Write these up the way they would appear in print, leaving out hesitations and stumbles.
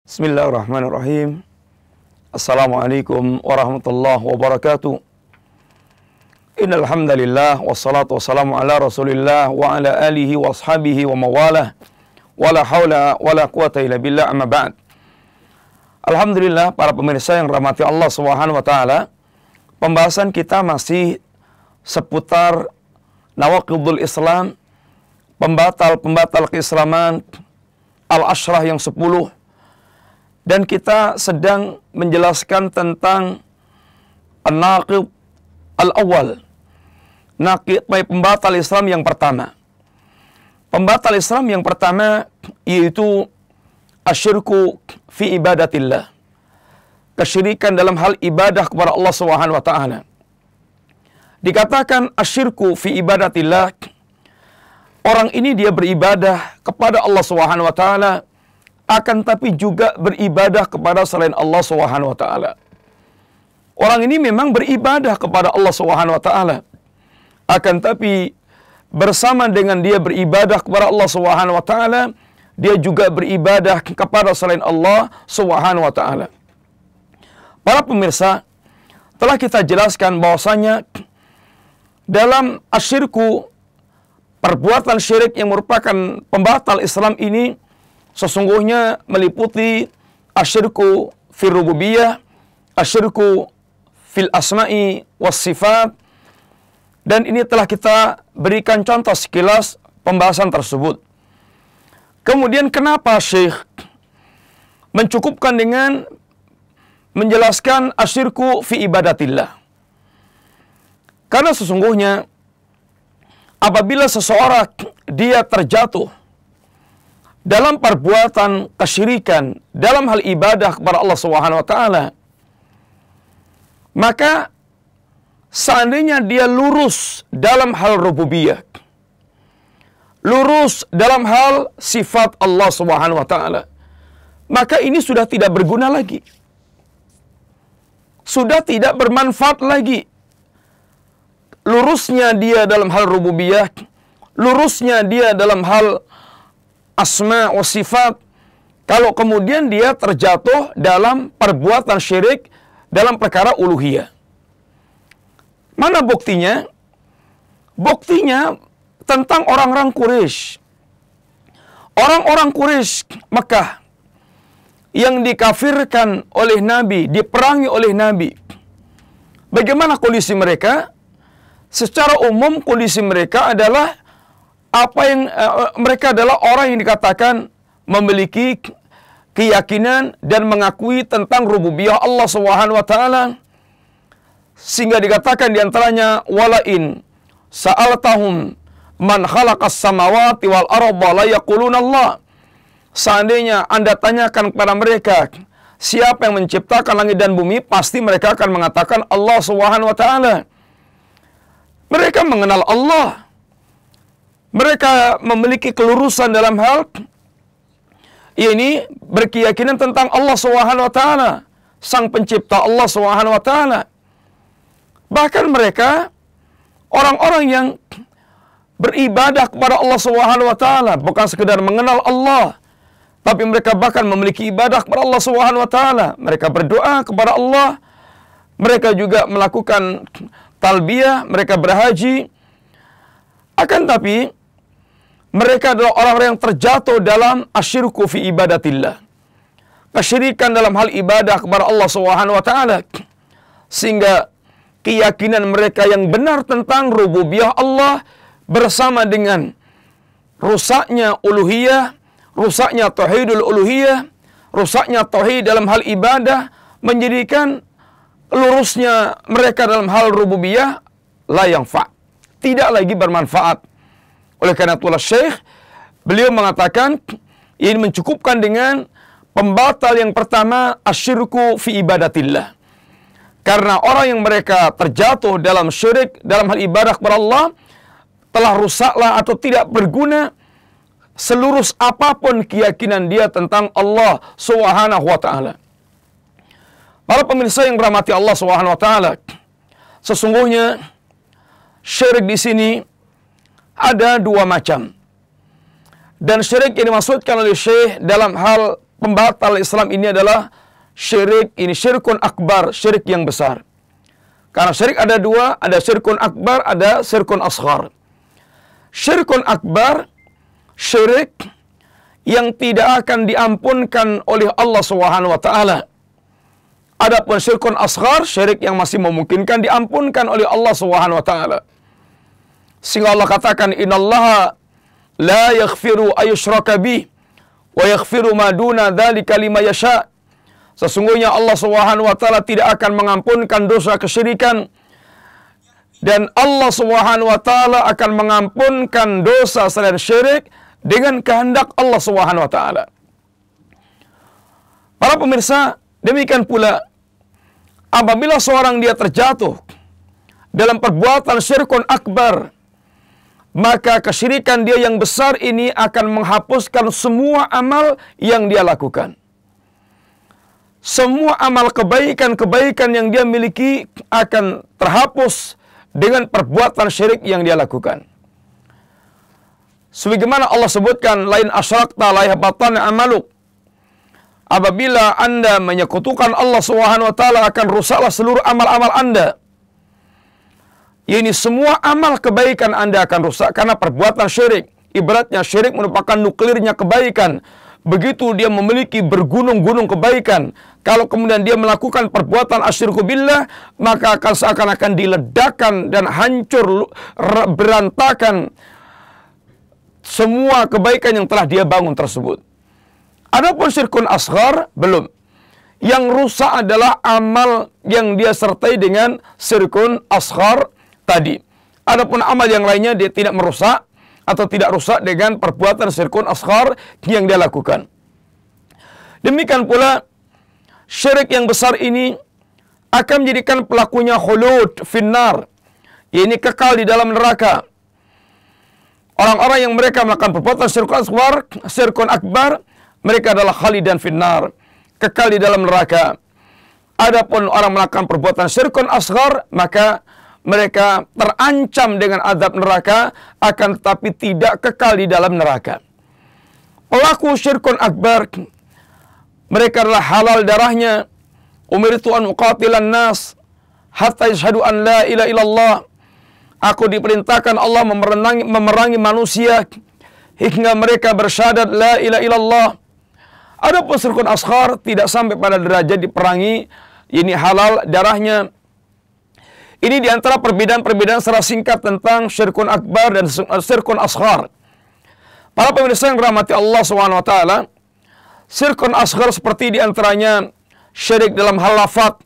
Bismillahirrahmanirrahim. Assalamualaikum warahmatullahi wabarakatuh. Innal hamdalillah wassalatu wassalamu ala Rasulillah wa ala alihi wa ashabihi wa mawalah. Wala haula wala quwata illa billah, amma ba'd. Alhamdulillah, para pemirsa yang rahmati Allah Subhanahu wa taala, pembahasan kita masih seputar nawaqidul Islam, pembatal-pembatal keislaman, al-ashrah yang 10. Dan kita sedang menjelaskan tentang an-naqid al-awwal. Naqid, pembatal Islam yang pertama. Pembatal Islam yang pertama yaitu asyirku fi ibadatillah. Kesyirikan dalam hal ibadah kepada Allah Subhanahu wa taala. Dikatakan asyirku fi ibadatillah, orang ini dia beribadah kepada Allah Subhanahu wa taala, akan tapi juga beribadah kepada selain Allah Subhanahu wa taala. Orang ini memang beribadah kepada Allah Subhanahu wa taala, akan tapi bersama dengan dia beribadah kepada Allah Subhanahu wa taala, dia juga beribadah kepada selain Allah Subhanahu wa taala. Para pemirsa, telah kita jelaskan bahwasanya dalam asyirku, perbuatan syirik yang merupakan pembatal Islam ini sesungguhnya meliputi asyirku fil rububiyah, asyirku fil asma'i was sifat, dan ini telah kita berikan contoh sekilas pembahasan tersebut. Kemudian kenapa Syekh mencukupkan dengan menjelaskan asyirku fi ibadatillah? Karena sesungguhnya apabila seseorang dia terjatuh dalam perbuatan kesyirikan dalam hal ibadah kepada Allah Subhanahu wa taala, maka seandainya dia lurus dalam hal rububiyah, lurus dalam hal sifat Allah Subhanahu wa taala, maka ini sudah tidak berguna lagi. Sudah tidak bermanfaat lagi. Lurusnya dia dalam hal rububiyah, lurusnya dia dalam hal asma wa sifat, kalau kemudian dia terjatuh dalam perbuatan syirik dalam perkara uluhiyah. Mana buktinya? Buktinya tentang orang-orang Quraisy. Orang-orang Quraisy Mekah yang dikafirkan oleh Nabi, diperangi oleh Nabi. Bagaimana kondisi mereka? Secara umum kondisi mereka adalah mereka adalah orang yang dikatakan memiliki keyakinan dan mengakui tentang rububiyah Allah Subhanahu wa taala, sehingga dikatakan di antaranya walain sa'altahum man khalaqas samawati wal arda la yaquluna Allah. Seandainya Anda tanyakan kepada mereka siapa yang menciptakan langit dan bumi, pasti mereka akan mengatakan Allah Subhanahu wa taala. Mereka mengenal Allah. Mereka memiliki kelurusan dalam hal ini, berkeyakinan tentang Allah Subhanahu wa taala, sang pencipta Allah Subhanahu wa taala. Bahkan mereka orang-orang yang beribadah kepada Allah Subhanahu wa taala, bukan sekedar mengenal Allah, tapi mereka bahkan memiliki ibadah kepada Allah Subhanahu wa taala. Mereka berdoa kepada Allah, mereka juga melakukan talbiyah, mereka berhaji. Akan tapi mereka adalah orang-orang yang terjatuh dalam asyirku fi ibadatillah, kesyirikan dalam hal ibadah kepada Allah Subhanahu wa taala, sehingga keyakinan mereka yang benar tentang rububiyah Allah bersama dengan rusaknya uluhiyah, rusaknya tauhidul uluhiyah, rusaknya tauhid dalam hal ibadah, menjadikan lurusnya mereka dalam hal rububiyah la yanfa', tidak lagi bermanfaat. Oleh karena itulah Syekh, beliau mengatakan ini mencukupkan dengan pembatal yang pertama asyirku fi ibadatillah. Karena orang yang mereka terjatuh dalam syirik dalam hal ibadah kepada Allah telah rusaklah atau tidak berguna selurus apapun keyakinan dia tentang Allah Subhanahu wa taala. Para pemirsa yang berahmati Allah Subhanahu wa taala, sesungguhnya syirik di sini ada dua macam. Dan syirik yang dimaksudkan oleh Syekh dalam hal pembatal Islam ini adalah syirik, ini syirkun akbar, syirik yang besar. Karena syirik ada dua, ada syirkun akbar, ada syirkun asghar. Syirkun akbar, syirik yang tidak akan diampunkan oleh Allah Subhanahu wa taala. Adapun syirkun asghar, syirik yang masih memungkinkan diampunkan oleh Allah Subhanahu wa taala. Sehingga Allah katakan, innallaha la yaghfiru ayyushraka bih wa yaghfiru ma duna dzalika liman yasha. Sesungguhnya Allah Subhanahu wa taala tidak akan mengampunkan dosa kesyirikan, dan Allah Subhanahu wa taala akan mengampunkan dosa selain syirik dengan kehendak Allah Subhanahu wa taala. Para pemirsa, demikian pula apabila seorang dia terjatuh dalam perbuatan syirkun akbar, maka kesyirikan dia yang besar ini akan menghapuskan semua amal yang dia lakukan. Semua amal kebaikan-kebaikan yang dia miliki akan terhapus dengan perbuatan syirik yang dia lakukan. Sebagaimana Allah sebutkan, lain asyrakta la yahbatanna amaluk. Apabila Anda menyekutukan Allah Subhanahu wa taala, akan rusaklah seluruh amal-amal Anda. Ini semua amal kebaikan Anda akan rusak karena perbuatan syirik. Ibaratnya syirik merupakan nuklirnya kebaikan. Begitu dia memiliki bergunung-gunung kebaikan, kalau kemudian dia melakukan perbuatan asyirku billah, maka akan seakan-akan diledakkan dan hancur, berantakan semua kebaikan yang telah dia bangun tersebut. Adapun syirkun asghar, belum. Yang rusak adalah amal yang dia sertai dengan syirkun asghar tadi. Adapun amal yang lainnya dia tidak merusak atau tidak rusak dengan perbuatan syirkun asghar yang dia lakukan. Demikian pula syirik yang besar ini akan menjadikan pelakunya khulud finnar, ini kekal di dalam neraka. Orang-orang yang mereka melakukan perbuatan syirkun akbar, mereka adalah khalidan finnar, kekal di dalam neraka. Adapun orang melakukan perbuatan syirkun asghar, maka mereka terancam dengan azab neraka, akan tetapi tidak kekal di dalam neraka. Pelaku syirkun akbar, mereka adalah halal darahnya. Umirtu an uqatilan nas hatta yashhadu an la ilaha illallah. Aku diperintahkan Allah memerangi manusia hingga mereka bersyahadat la ilaha illallah. Adapun syirkun asghar tidak sampai pada derajat diperangi, ini halal darahnya. Ini diantara perbedaan-perbedaan secara singkat tentang syirkun akbar dan syirkun asghar. Para pemirsa yang dirahmati Allah SWT, syirkun asghar seperti diantaranya syirik dalam hal lafaz.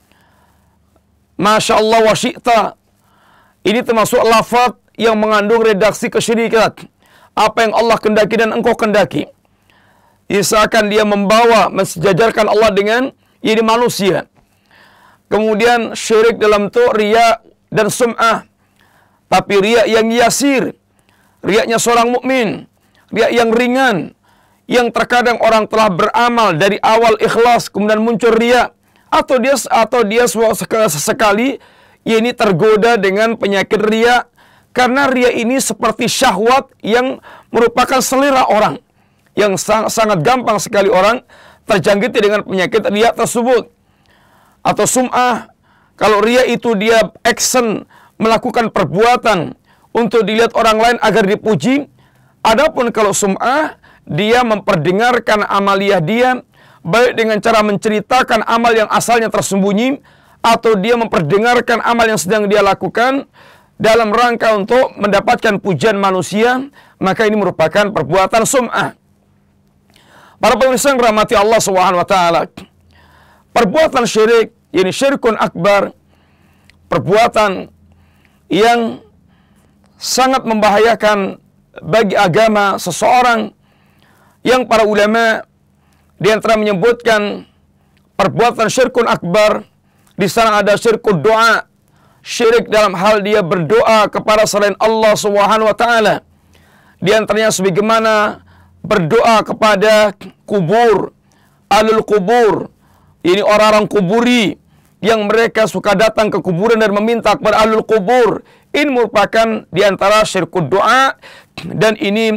Masya Allah wa syi'ta. Ini termasuk lafaz yang mengandung redaksi kesyirikan. Apa yang Allah kendaki dan engkau kendaki. Seakan dia membawa, mensejajarkan Allah dengan ini manusia. Kemudian syirik dalam itu riya dan sum'ah. Tapi riya yang yasir, riyanya seorang mukmin, riya yang ringan, yang terkadang orang telah beramal dari awal ikhlas kemudian muncul riya, atau dia sesekali ini tergoda dengan penyakit riya, karena riya ini seperti syahwat yang merupakan selera orang, yang sangat gampang sekali orang terjangkiti dengan penyakit riya tersebut. Atau sum'ah, kalau riya itu dia action, melakukan perbuatan untuk dilihat orang lain agar dipuji. Adapun kalau sum'ah, dia memperdengarkan amaliyah dia, baik dengan cara menceritakan amal yang asalnya tersembunyi, atau dia memperdengarkan amal yang sedang dia lakukan dalam rangka untuk mendapatkan pujian manusia, maka ini merupakan perbuatan sum'ah. Para pemirsa yang dirahmati Allah SWT, perbuatan syirik, ini syirkun akbar, perbuatan yang sangat membahayakan bagi agama seseorang, yang para ulama di antara menyebutkan perbuatan syirkun akbar, di sana ada syirkun doa, syirik dalam hal dia berdoa kepada selain Allah Subhanahu wa taala. Di antaranya sebagaimana berdoa kepada kubur, alul kubur, ini orang-orang kuburi yang mereka suka datang ke kuburan dan meminta kepada ahlul kubur. Ini merupakan diantara syirkun doa, dan ini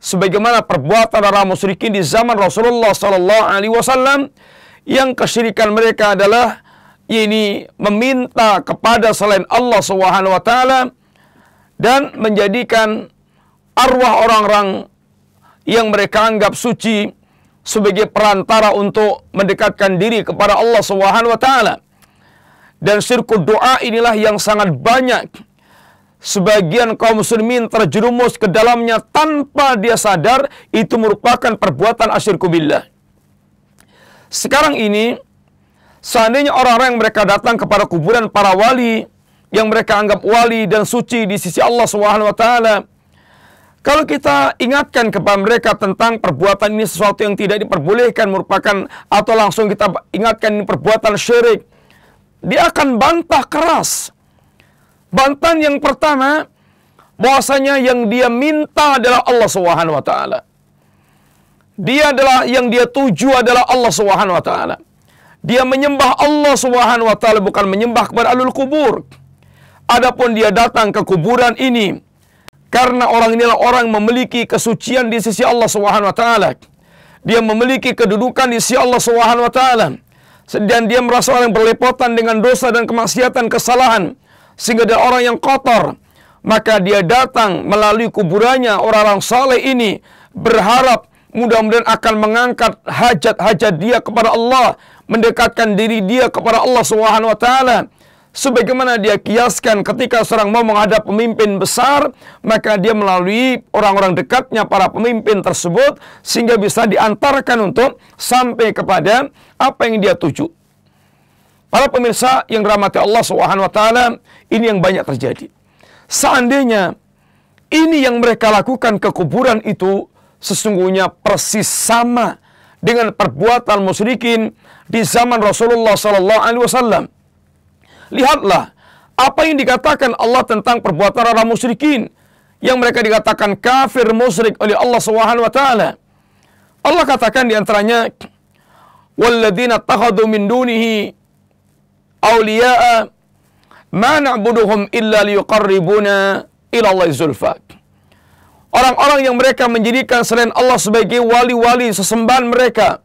sebagaimana perbuatan orang musyrikin di zaman Rasulullah sallallahu alaihi wasallam, yang kesyirikan mereka adalah ini meminta kepada selain Allah Subhanahu wa taala dan menjadikan arwah orang-orang yang mereka anggap suci sebagai perantara untuk mendekatkan diri kepada Allah Subhanahu wa taala. Dan syirkul doa inilah yang sangat banyak sebagian kaum muslimin terjerumus ke dalamnya tanpa dia sadar itu merupakan perbuatan asyirku billah. Sekarang ini, seandainya orang-orang yang mereka datang kepada kuburan para wali, yang mereka anggap wali dan suci di sisi Allah Subhanahu wa taala, kalau kita ingatkan kepada mereka tentang perbuatan ini sesuatu yang tidak diperbolehkan merupakan, atau langsung kita ingatkan ini perbuatan syirik, dia akan bantah keras. Bantahan yang pertama, bahwasanya yang dia minta adalah Allah Subhanahu wa taala. Dia adalah yang dia tuju adalah Allah Subhanahu wa taala. Dia menyembah Allah Subhanahu wa taala, bukan menyembah kepada ahlul kubur. Adapun dia datang ke kuburan ini karena orang inilah orang memiliki kesucian di sisi Allah Subhanahu wa taala. Dia memiliki kedudukan di sisi Allah Subhanahu wa taala. Dan dia merasa orang yang berlepotan dengan dosa dan kemaksiatan, kesalahan, sehingga dia orang yang kotor. Maka dia datang melalui kuburannya orang-orang saleh ini, berharap mudah-mudahan akan mengangkat hajat-hajat dia kepada Allah, mendekatkan diri dia kepada Allah Subhanahu wa taala. Sebagaimana dia kiaskan ketika seorang mau menghadap pemimpin besar, maka dia melalui orang-orang dekatnya para pemimpin tersebut sehingga bisa diantarkan untuk sampai kepada apa yang dia tuju. Para pemirsa yang dirahmati Allah Subhanahu wa taala, ini yang banyak terjadi. Seandainya ini yang mereka lakukan ke kuburan itu sesungguhnya persis sama dengan perbuatan musyrikin di zaman Rasulullah sallallahu alaihi wasallam. Lihatlah apa yang dikatakan Allah tentang perbuatan orang musyrikin yang mereka dikatakan kafir musyrik oleh Allah Subhanahu wa taala. Allah katakan di antaranya, walladzina takhadhu min dunihi awliya'a ma na'buduhum illa liyuqarribuna ila Allah zulfa. Orang-orang yang mereka menjadikan selain Allah sebagai wali-wali sesembahan mereka,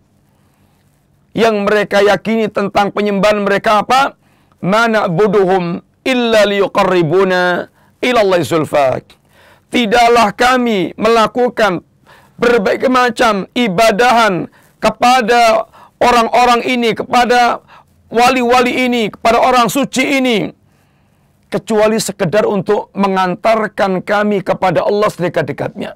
yang mereka yakini tentang penyembahan mereka apa? Ma na'buduhum illa liyuqarribuna ila Allah zulfa. Tidaklah kami melakukan berbagai macam ibadahan kepada orang-orang ini, kepada wali-wali ini, kepada orang suci ini, kecuali sekedar untuk mengantarkan kami kepada Allah sedekat-dekatnya.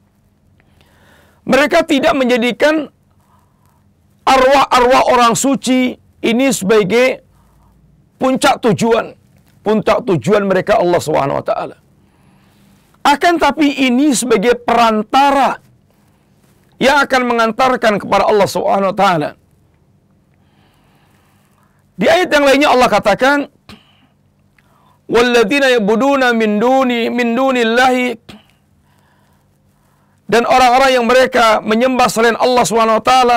Mereka tidak menjadikan arwah-arwah orang suci ini sebagai puncak tujuan mereka Allah Subhanahu wa taala. Akan tapi ini sebagai perantara yang akan mengantarkan kepada Allah Subhanahu wa taala. Di ayat yang lainnya Allah katakan, walladzina ya'buduna min dunillahi, dan orang-orang yang mereka menyembah selain Allah Subhanahu wa taala,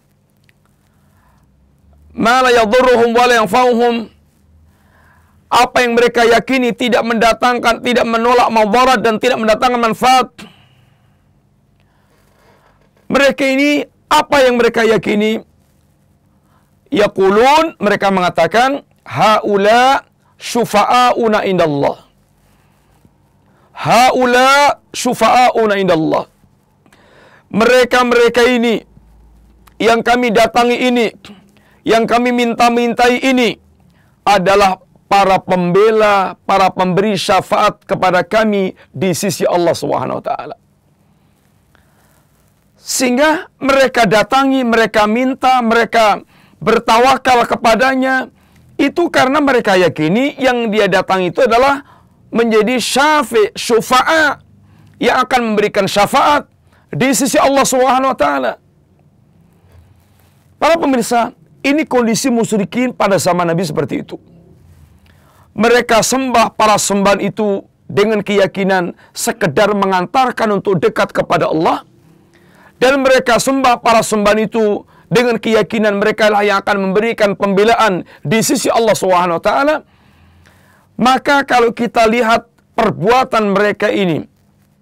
ma la yadhurruhum wa la yanfa'uhum, apa yang mereka yakini tidak mendatangkan, tidak menolak madarat dan tidak mendatangkan manfaat. Mereka ini, apa yang mereka yakini? Yaqulun, mereka mengatakan, haula syufa'auna indallah. Haula syufa'auna indallah. Mereka-mereka ini, yang kami datangi ini, yang kami minta-mintai ini, adalah para pembela, para pemberi syafaat kepada kami di sisi Allah Subhanahu wa taala. Sehingga mereka datangi, mereka minta, mereka bertawakal kepadanya, itu karena mereka yakini yang dia datang itu adalah menjadi syufa'a yang akan memberikan syafaat di sisi Allah Subhanahu wa taala. Para pemirsa, ini kondisi musyrikin pada zaman Nabi seperti itu. Mereka sembah para sembahan itu dengan keyakinan sekedar mengantarkan untuk dekat kepada Allah. Dan mereka sembah para sembahan itu dengan keyakinan mereka lah yang akan memberikan pembelaan di sisi Allah Subhanahu wa taala. Maka kalau kita lihat perbuatan mereka ini,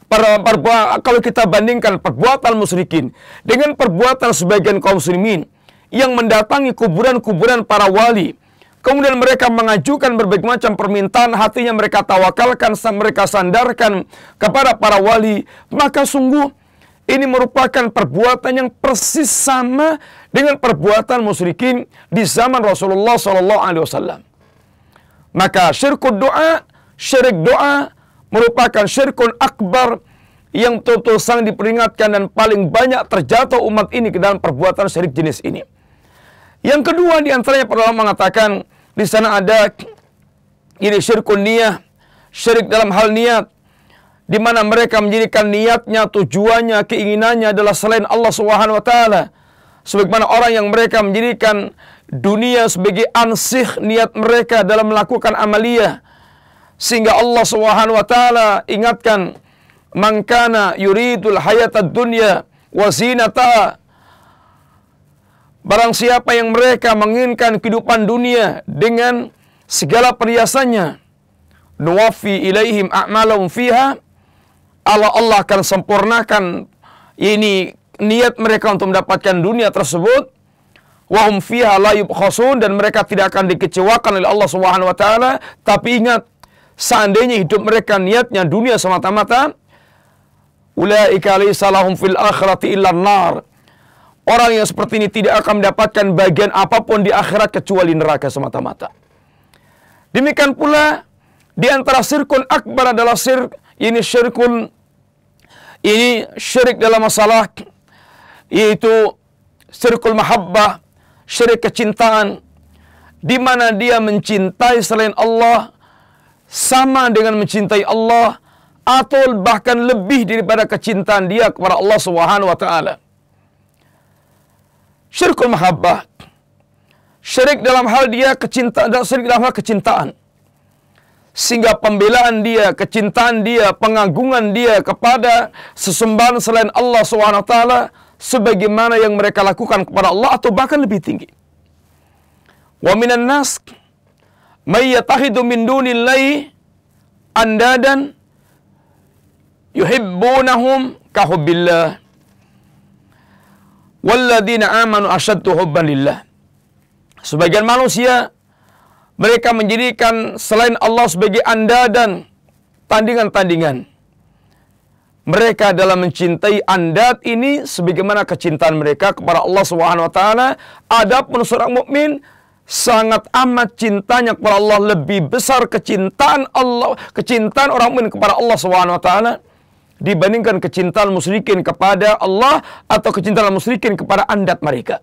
Kalau kita bandingkan perbuatan musyrikin dengan perbuatan sebagian kaum muslimin yang mendatangi kuburan-kuburan para wali, kemudian mereka mengajukan berbagai macam permintaan, hatinya mereka tawakalkan, mereka sandarkan kepada para wali, maka sungguh ini merupakan perbuatan yang persis sama dengan perbuatan musyrikin di zaman Rasulullah SAW. Maka syirik doa merupakan syirkun akbar yang betul-betul sangat diperingatkan dan paling banyak terjatuh umat ini ke dalam perbuatan syirik jenis ini. Yang kedua di antaranya para ulama mengatakan di sana ada ini syirkun niyah, syirik dalam hal niat, di mana mereka menjadikan niatnya, tujuannya, keinginannya adalah selain Allah Subhanahu wa taala. Sebagaimana orang yang mereka menjadikan dunia sebagai ansih niat mereka dalam melakukan amaliyah. Sehingga Allah Subhanahu wa taala ingatkan, "Man kana yuridul hayatad dunya wa zinataha." Barang siapa yang mereka menginginkan kehidupan dunia dengan segala perhiasannya, nuwaffi ilaihim a'malahum fiha, Allah akan sempurnakan ini niat mereka untuk mendapatkan dunia tersebut, wa hum fiha la yubkhasun, dan mereka tidak akan dikecewakan oleh Allah Subhanahu wa taala. Tapi ingat, seandainya hidup mereka niatnya dunia semata-mata, ulaika laysa lahum fil akhirati illa an-nar. Orang yang seperti ini tidak akan mendapatkan bagian apapun di akhirat kecuali neraka semata-mata. Demikian pula di antara syirkun akbar adalah syirik dalam masalah yaitu syirkul mahabbah, syirik kecintaan, di mana dia mencintai selain Allah sama dengan mencintai Allah atau bahkan lebih daripada kecintaan dia kepada Allah Subhanahu wa taala. Syirkul mahabbah, syirik dalam hal dia syirik dalam hal kecintaan. Sehingga pembelaan dia, kecintaan dia, pengagungan dia kepada sesembahan selain Allah Subhanahu wa taala sebagaimana yang mereka lakukan kepada Allah atau bahkan lebih tinggi. Wa minan nas may yatahidu min dunillahi andadan yuhibbunahum ka hubbillah walladzina amanu asyaddu hubban lillah. Sebagian manusia mereka menjadikan selain Allah sebagai andadan, tandingan-tandingan. Mereka dalam mencintai andad ini sebagaimana kecintaan mereka kepada Allah Subhanahu wa taala. Adapun seorang mukmin sangat amat cintanya kepada Allah, lebih besar kecintaan orang mukmin kepada Allah Subhanahu wa taala dibandingkan kecintaan musyrikin kepada Allah atau kecintaan musyrikin kepada andad mereka.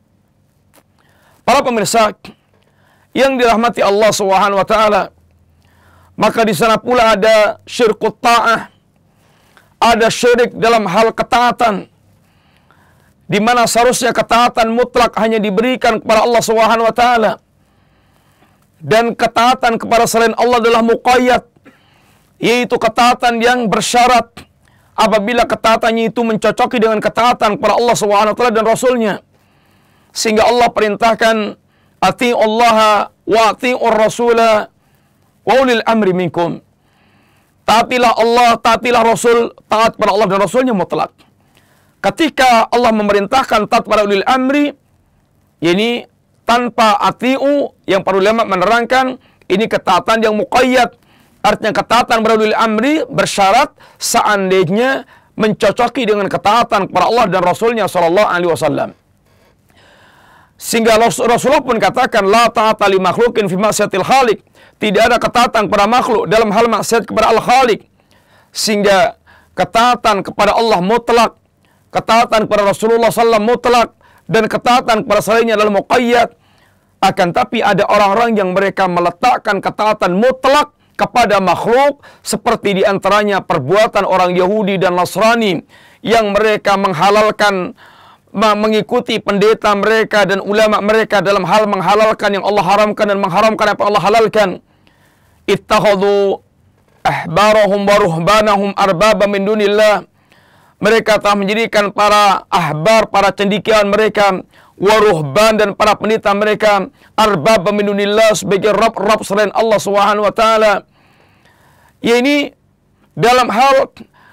Para pemirsa yang dirahmati Allah Subhanahu wa taala, maka di sana pula ada syirkut ta'ah, ada syirik dalam hal ketaatan, di mana seharusnya ketaatan mutlak hanya diberikan kepada Allah Subhanahu wa taala, dan ketaatan kepada selain Allah adalah muqayyad, yaitu ketaatan yang bersyarat apabila ketaatannya itu mencocoki dengan ketaatan kepada Allah Subhanahu wa taala dan Rasulnya. Sehingga Allah perintahkan ati'ullaha wa ati'ur rasula wa ulil amri minkum. Taatilah Allah, taatilah Rasul, taat pada Allah dan Rasulnya mutlak. Ketika Allah memerintahkan taat pada ulil amri, ini tanpa ati'u, yang para ulama menerangkan ini ketaatan yang muqayyad. Artinya ketaatan pada ulil amri bersyarat seandainya mencocoki dengan ketaatan kepada Allah dan Rasulnya sallallahu alaihi wasallam. Sehingga Rasulullah pun katakan, la ta'ata li makhlukin fi ma'siyatil khaliq. Tidak ada ketaatan kepada makhluk dalam hal maksiat kepada Al-Khaliq. Sehingga ketaatan kepada Allah mutlak, ketaatan kepada Rasulullah SAW mutlak, dan ketaatan kepada selainnya adalah muqayyad. Akan tapi ada orang-orang yang mereka meletakkan ketaatan mutlak kepada makhluk, seperti diantaranya perbuatan orang Yahudi dan Nasrani yang mereka mengikuti pendeta mereka dan ulama mereka dalam hal menghalalkan yang Allah haramkan dan mengharamkan apa Allah halalkan. Ittakhadhu ahbarahum wa ruhbanahum arbaba min dunillah. Mereka telah menjadikan para ahbar, para cendekiawan mereka, wa ruhban, dan para pendeta mereka, arbaba min dunillah, sebagai rab-rab selain Allah Subhanahu wa taala. Ya, ini dalam hal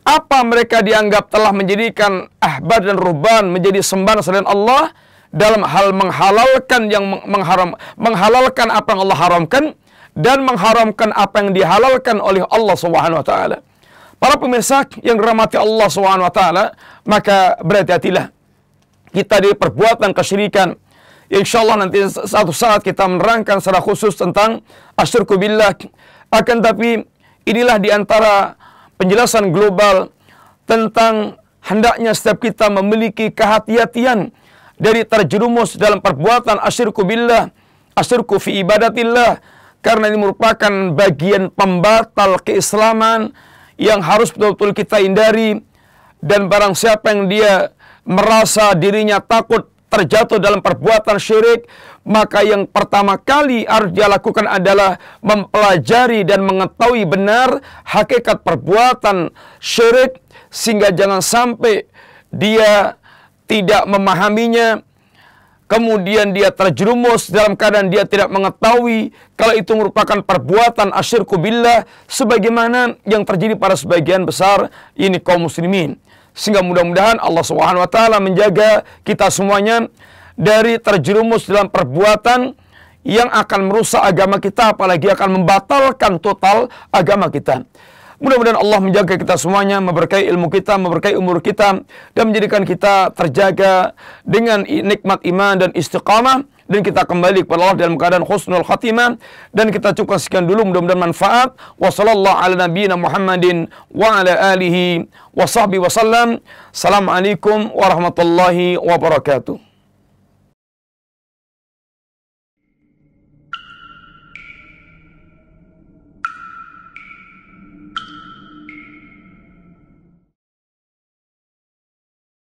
Apa mereka dianggap telah menjadikan ahbar dan ruhban menjadi sembahan selain Allah dalam hal menghalalkan menghalalkan apa yang Allah haramkan dan mengharamkan apa yang dihalalkan oleh Allah Subhanahu wa taala. Para pemirsa yang dirahmati Allah Subhanahu wa taala, maka berhati-hatilah kita di perbuatan kesyirikan. Insyaallah nanti suatu saat kita menerangkan secara khusus tentang asyirku billah. Akan tapi inilah di antara penjelasan global tentang hendaknya setiap kita memiliki kehati-hatian dari terjerumus dalam perbuatan asyirku billah, asyirku fi ibadatillah, karena ini merupakan bagian pembatal keislaman yang harus betul-betul kita hindari. Dan barang siapa yang dia merasa dirinya takut terjatuh dalam perbuatan syirik, maka yang pertama kali harus dia lakukan adalah mempelajari dan mengetahui benar hakikat perbuatan syirik, sehingga jangan sampai dia tidak memahaminya, kemudian dia terjerumus dalam keadaan dia tidak mengetahui kalau itu merupakan perbuatan asyirku billah, sebagaimana yang terjadi pada sebagian besar ini kaum muslimin. Sehingga mudah-mudahan Allah Subhanahu wa taala menjaga kita semuanya dari terjerumus dalam perbuatan yang akan merusak agama kita, apalagi akan membatalkan total agama kita. Mudah-mudahan Allah menjaga kita semuanya, memberkahi ilmu kita, memberkahi umur kita, dan menjadikan kita terjaga dengan nikmat iman dan istiqamah, dan kita kembali kepada Allah dalam keadaan husnul khatimah. Dan kita cukupkan sekian dulu, mudah-mudahan manfaat. Wassallallahu ala nabiyyina Muhammadin wa ala alihi wa sahbihi wasallam. Assalamualaikum warahmatullahi wabarakatuh.